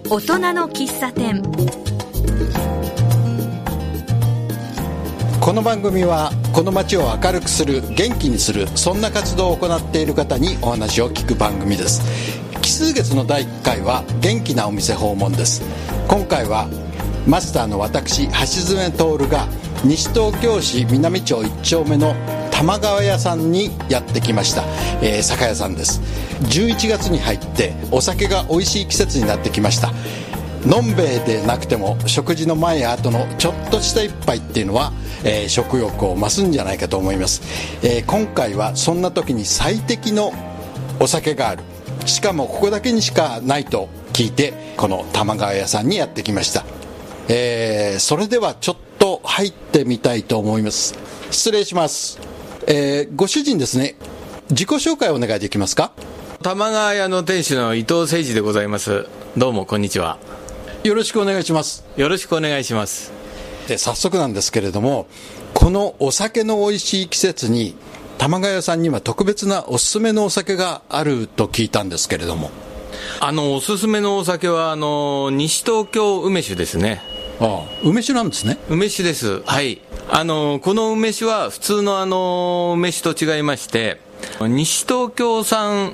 大人の喫茶店。 この番組はこの街を明るくする、元気にする、そんな活動を行っている方にお話を聞く番組です。奇数月の第1回は元気なお店訪問です。今回はマスターの私橋爪徹が西東京市南町1丁目の玉川屋さんにやってきました。酒屋さんです。11月に入ってお酒が美味しい季節になってきました。のんべえでなくても食事の前や後のちょっとした一杯っていうのは、食欲を増すんじゃないかと思います。今回はそんな時に最適のお酒がある、しかもここだけにしかないと聞いてこの玉川屋さんにやってきました。それではちょっと入ってみたいと思います。失礼します。ご主人ですね、自己紹介お願いできますか？ 玉川屋の店主の伊藤誠二でございます。どうもこんにちは。 よろしくお願いします。 よろしくお願いします。 で、早速なんですけれども、このお酒の美味しい季節に玉川屋さんには特別なおすすめのお酒があると聞いたんですけれども。 おすすめのお酒は西東京梅酒ですね。 ああ、梅酒なんですね。 梅酒です。はい。この梅酒は普通の梅酒と違いまして、西東京産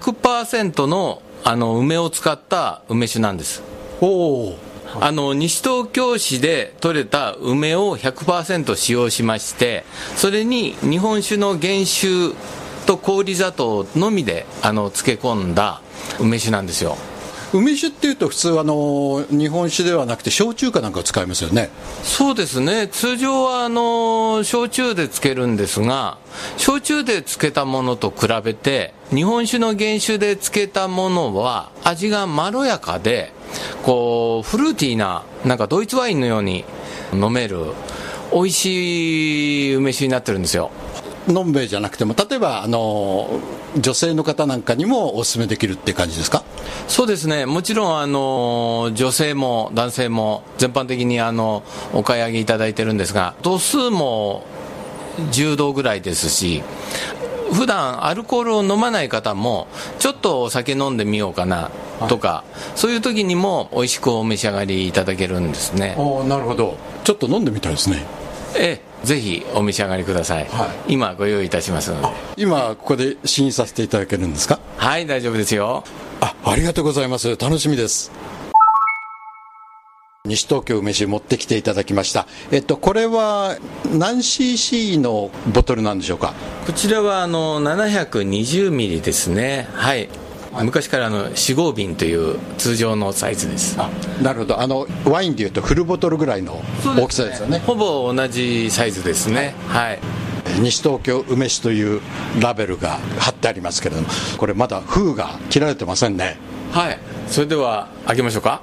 100% の梅を使った梅酒なんです。 おー。 西東京市で採れた梅を 100% 使用しまして、それに日本酒の原酒と氷砂糖のみで漬け込んだ梅酒なんですよ。 梅酒っていうと普通日本酒ではなくて焼酎かなんかを使いますよね。 そうですね。通常は焼酎で漬けるんですが、焼酎で漬けたものと比べて日本酒の原酒で漬けたものは味がまろやかで、こうフルーティーな、なんかドイツワインのように飲める美味しい梅酒になってるんですよ。 のんべえじゃなくても、例えば女性の方なんかにもお勧めできるって感じですか？ そうですね。もちろん女性も男性も全般的にお買い上げいただいてるんですが、度数も10度ぐらいですし、普段アルコールを飲まない方もちょっとお酒飲んでみようかなとか、そういう時にも美味しくお召し上がりいただけるんですね。 なるほど。ちょっと飲んでみたいですね。 ぜひお召し上がりください。はい、今ご用意いたしますので。 今ここで試飲させていただけるんですか？ はい、大丈夫ですよ。 ありがとうございます。楽しみです。西東京梅酒持ってきていただきました。これは何 cc のボトルなんでしょうか？ こちらは720ミリですね。はい。昔から4合瓶という通常のサイズです。 なるほど。ワインでいうとフルボトルぐらいの大きさですよね。 ほぼ同じサイズですね。はい。 西東京梅酒というラベルが貼ってありますけれども、これまだ封が切られてませんね。 はい。それでは開けましょうか。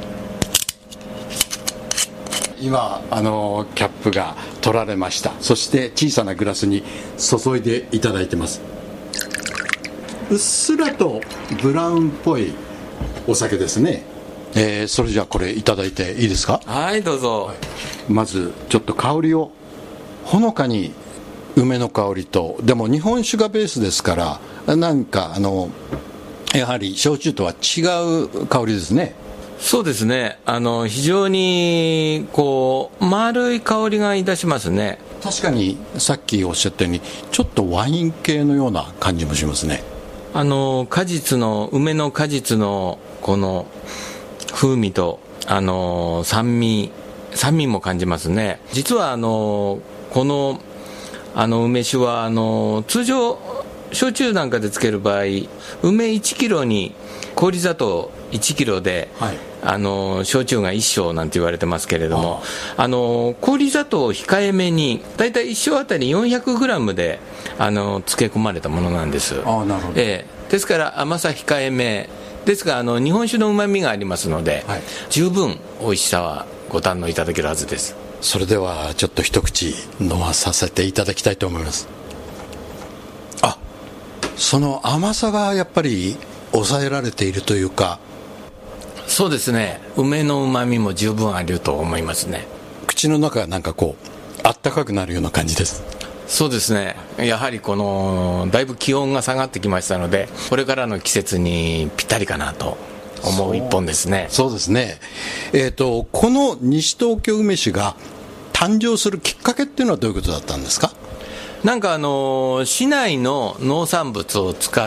今キャップが取られました。そして小さなグラスに注いでいただいてます。うっすらとブラウンっぽいお酒ですね。それじゃあこれいただいていいですか？ はい、どうぞ。 まずちょっと香りを、ほのかに梅の香りと、でも日本酒がベースですから、なんかやはり焼酎とは違う香りですね。 そうですね。非常に丸い香りがいたしますね。 確かにさっきおっしゃったようにちょっとワイン系のような感じもしますね。 梅の果実のこの風味と酸味も感じますね。実はこの梅酒は通常焼酎なんかで漬ける場合、梅1キロに氷砂糖1キロで、はい、焼酎が1升なんて言われてますけれども、氷砂糖を控えめにだいたい1升あたり400グラムで漬け込まれたものなんです。 なるほど。 ですから甘さ控えめですが、日本酒のうまみがありますので、はい、十分美味しさはご堪能いただけるはずです。 それではちょっと一口飲まさせていただきたいと思います。その甘さがやっぱり抑えられているというか。 そうですね。梅のうまみも十分あると思いますね。 口の中がなんかあったかくなるような感じです。 そうですね。やはりだいぶ気温が下がってきましたので、これからの季節にぴったりかなと思う一本ですね。 そうですね。この西東京梅酒が誕生するきっかけっていうのはどういうことだったんですか？ なんか市内の農産物を使って、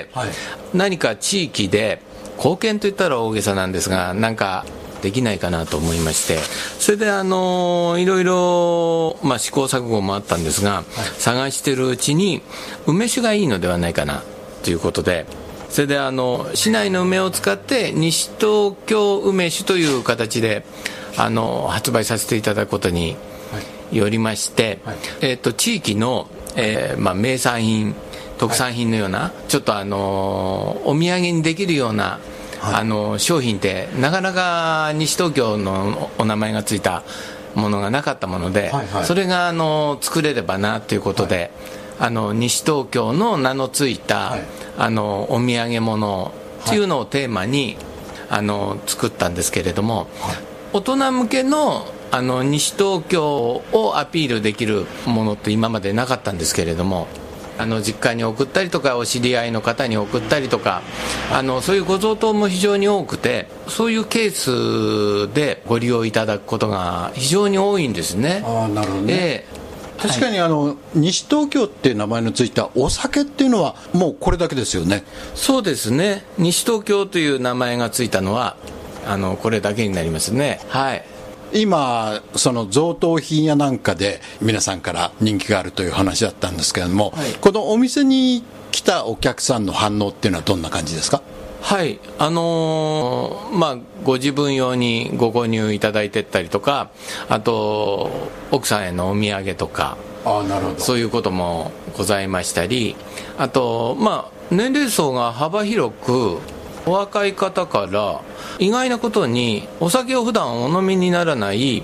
はい、何か地域で貢献といったら大げさなんですが、なんかできないかなと思いまして、それでいろいろ、試行錯誤もあったんですが、はい、探してるうちに梅酒がいいのではないかなということで、それで市内の梅を使って西東京梅酒という形で発売させていただくことによりまして、はい、地域の、名産品特産品のような、はい、ちょっとお土産にできるような、はい、商品ってなかなか西東京のお名前がついたものがなかったもので、はいはい、それが作れればなということで、はい、西東京の名のついた、はい、お土産物っていうのをテーマに、作ったんですけれども、はい、大人向けの西東京をアピールできるものって今までなかったんですけれども、実家に送ったりとかお知り合いの方に送ったりとか、そういうご贈答も非常に多くて、そういうケースでご利用いただくことが非常に多いんですね。 なるほどね。確かに西東京っていう名前のついたお酒っていうのはもうこれだけですよね。 そうですね。西東京という名前がついたのはこれだけになりますね。はい。 今その贈答品やなんかで皆さんから人気があるという話だったんですけれども、はい、このお店に来たお客さんの反応っていうのはどんな感じですか？ はい、ご自分用にご購入いただいてったりとか、あと奥さんへのお土産とか、 なるほど、 そういうこともございましたり、あと年齢層が幅広く、お若い方から意外なことにお酒を普段お飲みにならない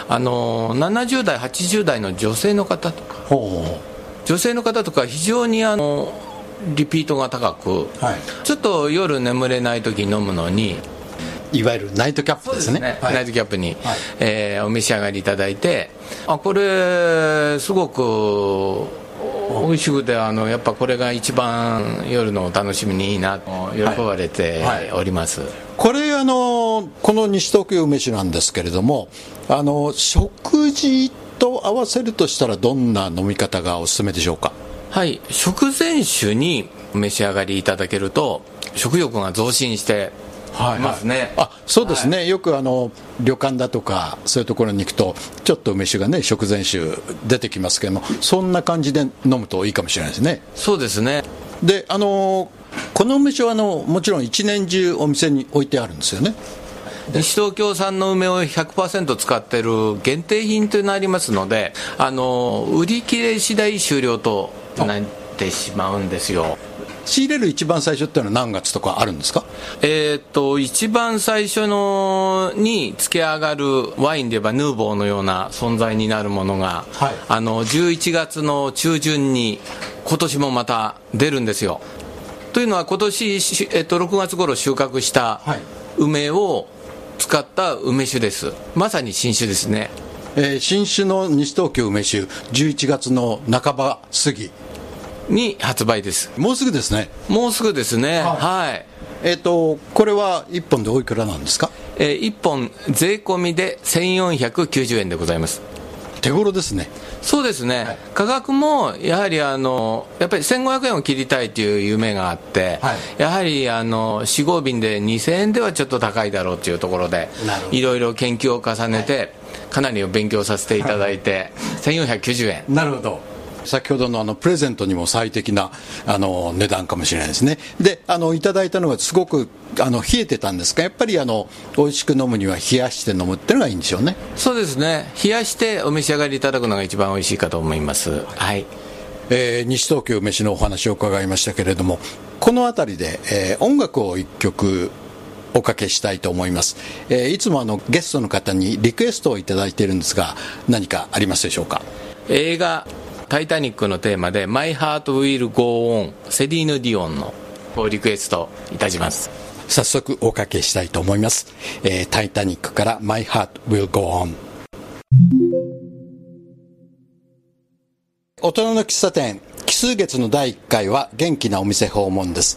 70代80代の女性の方とか、女性の方とか非常にリピートが高く、はい、ちょっと夜眠れない時に飲むのに、 いわゆるナイトキャップですね。 はい、ナイトキャップに、はい、お召し上がりいただいて、これすごく美味しくて、やっぱこれが一番夜のお楽しみにいいなと喜ばれております。はいはい、 これこの西東京梅酒なんですけれども、食事と合わせるとしたらどんな飲み方がおすすめでしょうか？ はい、食前酒にお召し上がりいただけると食欲が増進してますね。 はいはい、そうですね。はい、よく旅館だとかそういうところに行くとちょっと梅酒がね、食前酒出てきますけども、そんな感じで飲むといいかもしれないですね。 そうですね。 でこの梅酒はもちろん一年中お店に置いてあるんですよね。 西東京産の梅を 100% 使っている限定品となりますので、売り切れ次第終了となってしまうんですよ。 仕入れる一番最初ってのは何月とかあるんですか？ 一番最初に付け上がるワインで言えばヌーボーのような存在になるものが、はい、11月の中旬に今年もまた出るんですよ。というのは今年、6月頃収穫した梅を使った梅酒です。まさに新酒ですね。 新酒の西東京梅酒、11月の半ば過ぎに発売です。 もうすぐですね。 もうすぐですね。はい。 これは1本でおいくらなんですか ？1本税込みで1490円でございます。 手頃ですね。 そうですね。はい、価格もやはりやっぱり1500円を切りたいという夢があって、はい、やはり4合瓶で2000円ではちょっと高いだろうというところで、いろいろ研究を重ねて、はい、かなり勉強させていただいて、1490円。 なるほど。先ほどのプレゼントにも最適な値段かもしれないですね。でいただいたのがすごく冷えてたんですが、やっぱり美味しく飲むには冷やして飲むっていうのがいいんでしょうね。 そうですね。冷やしてお召し上がりいただくのが一番美味しいかと思います。はい。 西東京梅酒のお話を伺いましたけれども、この辺りで、音楽を一曲おかけしたいと思います。いつもゲストの方にリクエストをいただいているんですが、何かありますでしょうか？ 映画タイタニックのテーマで My Heart Will Go On、 セリーヌ・ディオンのリクエストいたします。 早速おかけしたいと思います。タイタニックから My Heart Will Go On。 大人の喫茶店奇数月の第1回は元気なお店訪問です。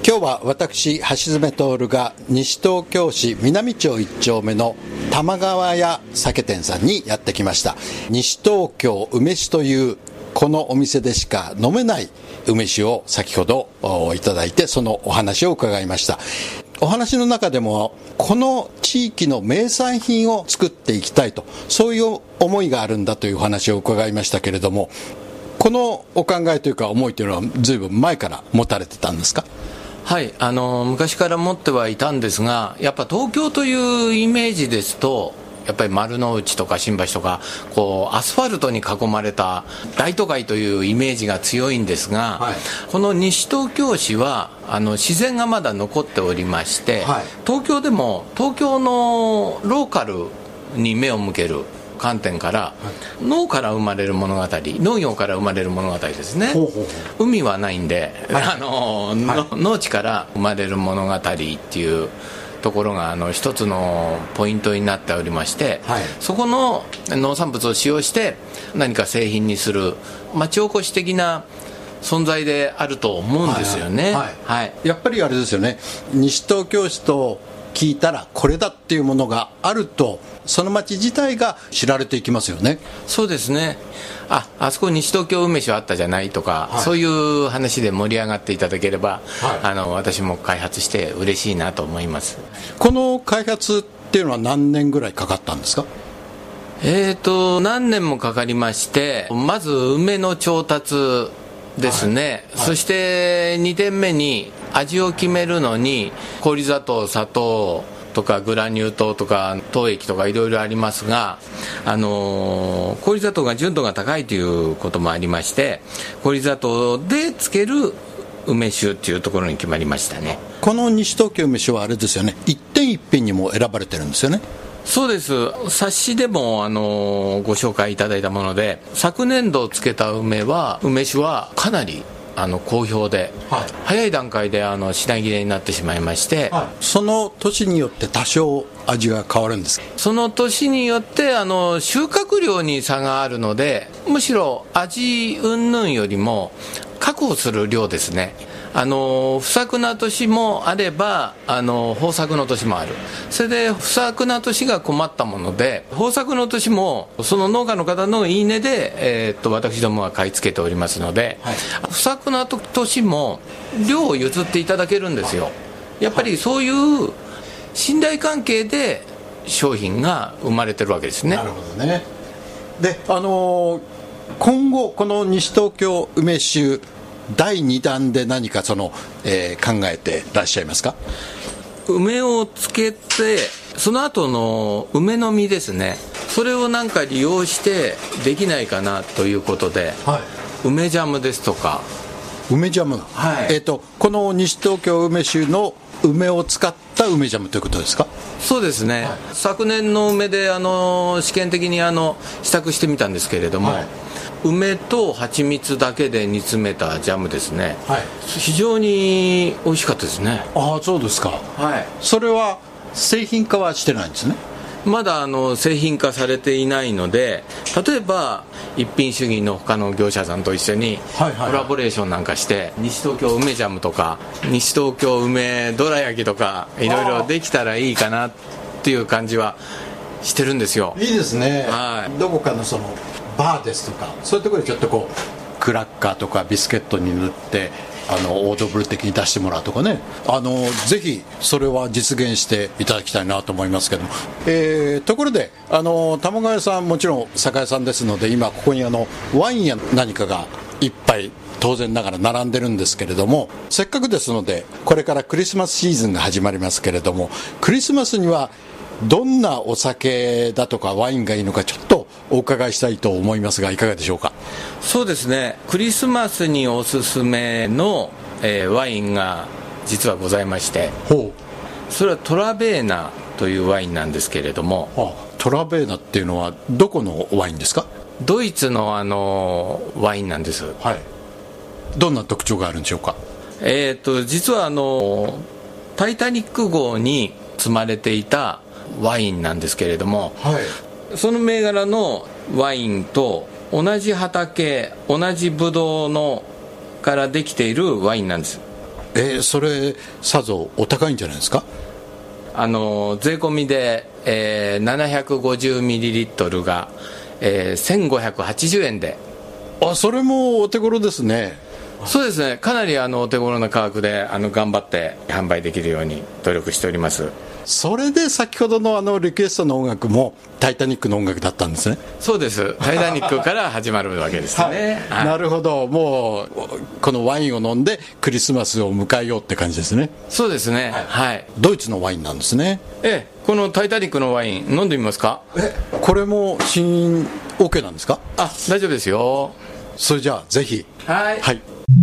今日は私橋爪徹が西東京市南町1丁目の玉川屋酒店さんにやってきました。西東京梅酒というこのお店でしか飲めない梅酒を先ほどいただいて、そのお話を伺いました。お話の中でもこの地域の名産品を作っていきたいと、そういう思いがあるんだというお話を伺いましたけれども、このお考えというか思いというのは随分前から持たれてたんですか？ はい、昔から持ってはいたんですが、やっぱ東京というイメージですと、やっぱり丸の内とか新橋とかこうアスファルトに囲まれた大都会というイメージが強いんですが、はい、この西東京市は自然がまだ残っておりまして、はい、東京でも東京のローカルに目を向ける観点から、はい、農から生まれる物語、農業から生まれる物語ですね。海はないんで、はい、農地から生まれる物語っていうところが一つのポイントになっておりまして、はい、そこの農産物を使用して何か製品にする町おこし的な存在であると思うんですよね。 やっぱりあれですよね、西東京市と聞いたらこれだっていうものがあると、その町自体が知られていきますよね。 そうですね。あそこ西東京梅酒あったじゃないとか、はい、そういう話で盛り上がっていただければ、はい、私も開発して嬉しいなと思います。 この開発っていうのは何年ぐらいかかったんですか？ 何年もかかりまして、まず梅の調達ですね、はいはい、そして2点目に味を決めるのに氷砂糖、砂糖とかグラニュー糖とか糖液とかいろいろありますが、氷砂糖が純度が高いということもありまして、氷砂糖でつける梅酒っていうところに決まりましたね。 この西東京梅酒はあれですよね、一点一品にも選ばれてるんですよね。 そうです。冊子でもご紹介いただいたもので、昨年度つけた梅酒はかなり好評で、はい、早い段階で品切れになってしまいまして、 はい、その年によって多少味が変わるんですか？ その年によって収穫量に差があるので、むしろ味云々よりも確保する量ですね。不作な年もあれば豊作の年もある。それで不作な年が困ったもので、豊作の年もその農家の方の言い値で、私どもは買い付けておりますので、はい、不作な年も量を譲っていただけるんですよ。やっぱりそういう信頼関係で商品が生まれてるわけですね。 なるほどね。で今後この西東京梅酒第2弾で何か考えてらっしゃいますか？ 梅をつけてその後の梅の実ですね、それをなんか利用してできないかなということで、はい、梅ジャムですとか。 梅ジャム、はい、この西東京梅酒の梅を使った梅ジャムということですか？ そうですね、はい、昨年の梅で試験的に試作してみたんですけれども、はい、梅と蜂蜜だけで煮詰めたジャムですね、はい、非常に美味しかったですね。 ああ、そうですか。はい。それは製品化はしてないんですね。 まだ製品化されていないので、例えば一品主義の他の業者さんと一緒にコラボレーションなんかして、西東京梅ジャムとか西東京梅どら焼きとかいろいろできたらいいかなっていう感じはしてるんですよ。 いいですね、はい、どこかのバーですとかそういうところでちょっとクラッカーとかビスケットに塗ってオードブル的に出してもらうとかね、ぜひそれは実現していただきたいなと思いますけども、ところで玉川屋さんもちろん酒屋さんですので、今ここにワインや何かがいっぱい当然ながら並んでるんですけれども、せっかくですのでこれからクリスマスシーズンが始まりますけれども、クリスマスにはどんなお酒だとかワインがいいのかちょっとお伺いしたいと思いますが、いかがでしょうか？ そうですね、クリスマスにおすすめの、ワインが実はございまして、それはトラベーナというワインなんですけれども。 トラベーナっていうのはどこのワインですか？ ドイツのワインなんです、はい、 どんな特徴があるんでしょうか？ 実はタイタニック号に積まれていたワインなんですけれども、はい、その銘柄のワインと同じ畑、同じブドウのからできているワインなんです。 それさぞお高いんじゃないですか？ 税込みで、750ml が、1580円で。 それもお手頃ですね。 そうですね、かなりお手頃な価格で頑張って販売できるように努力しております。 それで先ほどのリクエストの音楽もタイタニックの音楽だったんですね。 そうです、タイタニックから始まるわけですね。 はい、なるほど。もうこのワインを飲んでクリスマスを迎えようって感じですね。 そうですね、はい、 ドイツのワインなんですね。 このタイタニックのワイン飲んでみますか？ これも試飲 OK なんですか？ 大丈夫ですよ。 それじゃあぜひ。 はい、 はい、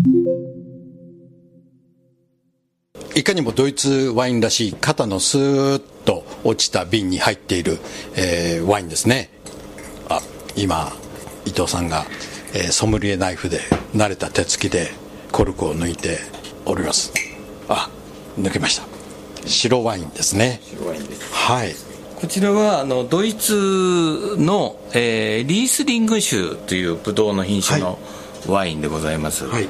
いかにもドイツワインらしい肩のスーッと落ちた瓶に入っている、ワインですね。今伊藤さんが、ソムリエナイフで慣れた手つきでコルクを抜いております。抜けました。白ワインですね。 白ワインです。 はい、 こちらはドイツの、リースリング種というブドウの品種のワインでございます。 はい、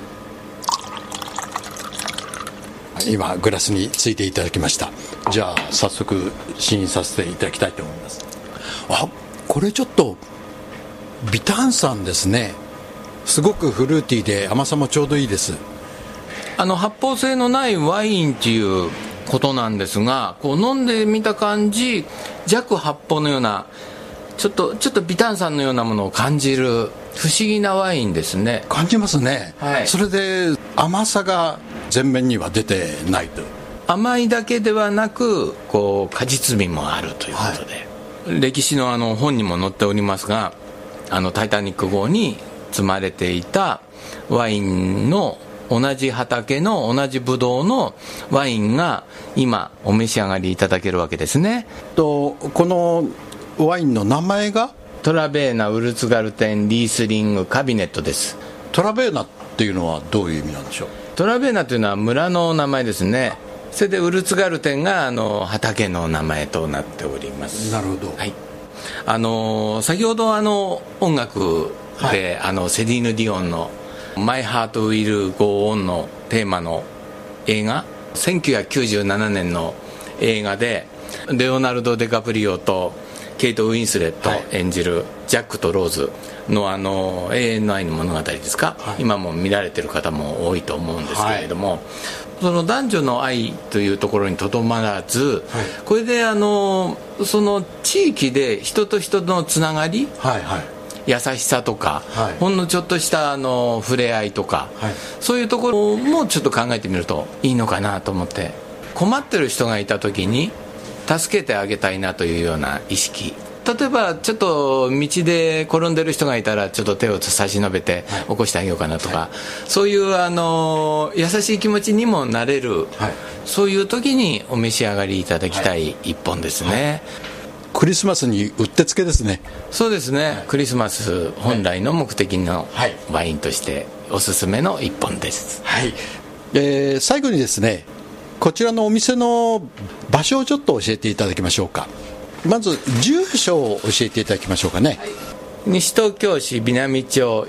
今グラスについていただきました。じゃあ早速試飲させていただきたいと思います。これちょっと微炭酸ですね。すごくフルーティーで甘さもちょうどいいです。 発泡性のないワインっていうことなんですが、こう飲んでみた感じ、弱発泡のようなちょっと微炭酸のようなものを感じる不思議なワインですね。 感じますね。 はい、それで甘さが前面には出てないと。 甘いだけではなくこう果実味もあるということで、はい、歴史の本にも載っておりますが、タイタニック号に積まれていたワインの同じ畑の同じブドウのワインが今お召し上がりいただけるわけですね。 このワインの名前がトラベーナウルツガルテンリースリングカビネットです。 トラベーナっていうのはどういう意味なんでしょう？ トラベーナというのは村の名前ですね。それでウルツガルテンが畑の名前となっております。 なるほど。 はい、先ほど音楽で、はい、セリーヌ・ディオンのマイハートウィルゴーオンのテーマの映画、1997年の映画でレオナルド・デカプリオとケイト・ウィンスレット演じるジャックとローズの永遠の愛の物語ですか、はい、今も見られてる方も多いと思うんですけれども、はい、その男女の愛というところにとどまらず、はい、これでその地域で人と人のつながり、はいはい、優しさとか、はい、ほんのちょっとした触れ合いとか、はい、そういうところもちょっと考えてみるといいのかなと思って、困ってる人がいた時に助けてあげたいなというような意識、例えばちょっと道で転んでる人がいたらちょっと手を差し伸べて起こしてあげようかなとか、はい、そういう優しい気持ちにもなれる、はい、そういう時にお召し上がりいただきたい一本ですね。はいはい、 クリスマスにうってつけですね。 そうですね、はい、クリスマス本来の目的のワインとしておすすめの一本です。 はい、最後にですね、こちらのお店の場所をちょっと教えていただきましょうか。まず住所を教えていただきましょうかね。はい、 西東京市美波町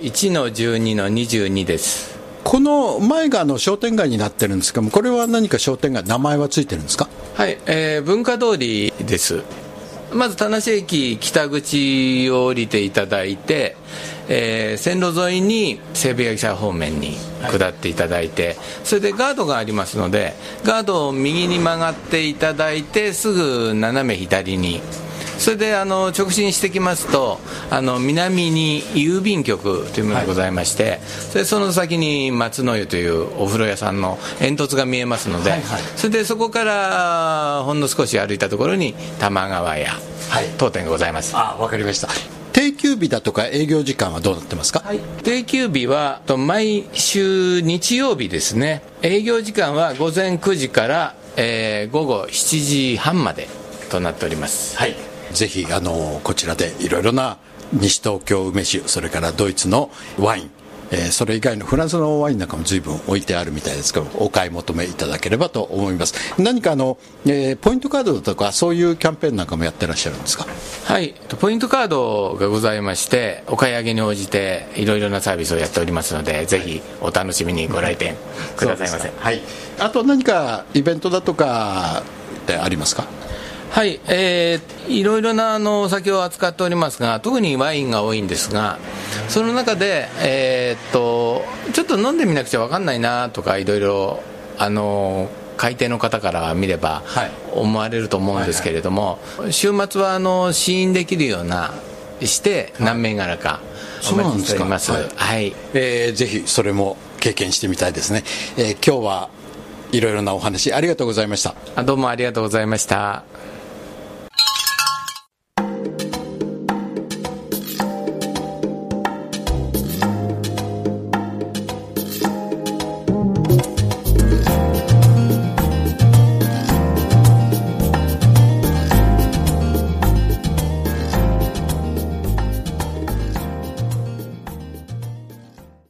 1-12-22 です。 この前が商店街になってるんですけども、これは何か商店街名前はついてるんですか？ はい、文化通りです。まず田無駅北口を降りていただいて、線路沿いに西武駅舎方面に下っていただいて、はい、それでガードがありますので、ガードを右に曲がっていただいてすぐ斜め左に、それで直進してきますと南に郵便局というものがございまして、はい、その先に松の湯というお風呂屋さんの煙突が見えますので、はいはい、それでそこからほんの少し歩いたところに玉川屋、はい、当店がございます。 わかりました。定休日だとか営業時間はどうなってますか？ はい、定休日は毎週日曜日ですね。営業時間は午前9時から、午後7時半までとなっております。 はい、ぜひこちらでいろいろな西東京梅酒、それからドイツのワインそれ以外のフランスのワインなんかも随分置いてあるみたいですけど、お買い求めいただければと思います。何かポイントカードとかそういうキャンペーンなんかもやってらっしゃるんですか？ はい、ポイントカードがございまして、お買い上げに応じていろいろなサービスをやっておりますので、ぜひお楽しみにご来店くださいませ。 はい、あと何かイベントだとかってありますか？ はい、いろいろなお酒を扱っておりますが、特にワインが多いんですが、その中で、ちょっと飲んでみなくちゃ分かんないなとか、いろいろ買い手の方から見れば思われると思うんですけれども、週末は試飲できるようなして何銘柄かお待ちしております。 ぜひそれも経験してみたいですね。今日はいろいろなお話ありがとうございました。 どうもありがとうございました。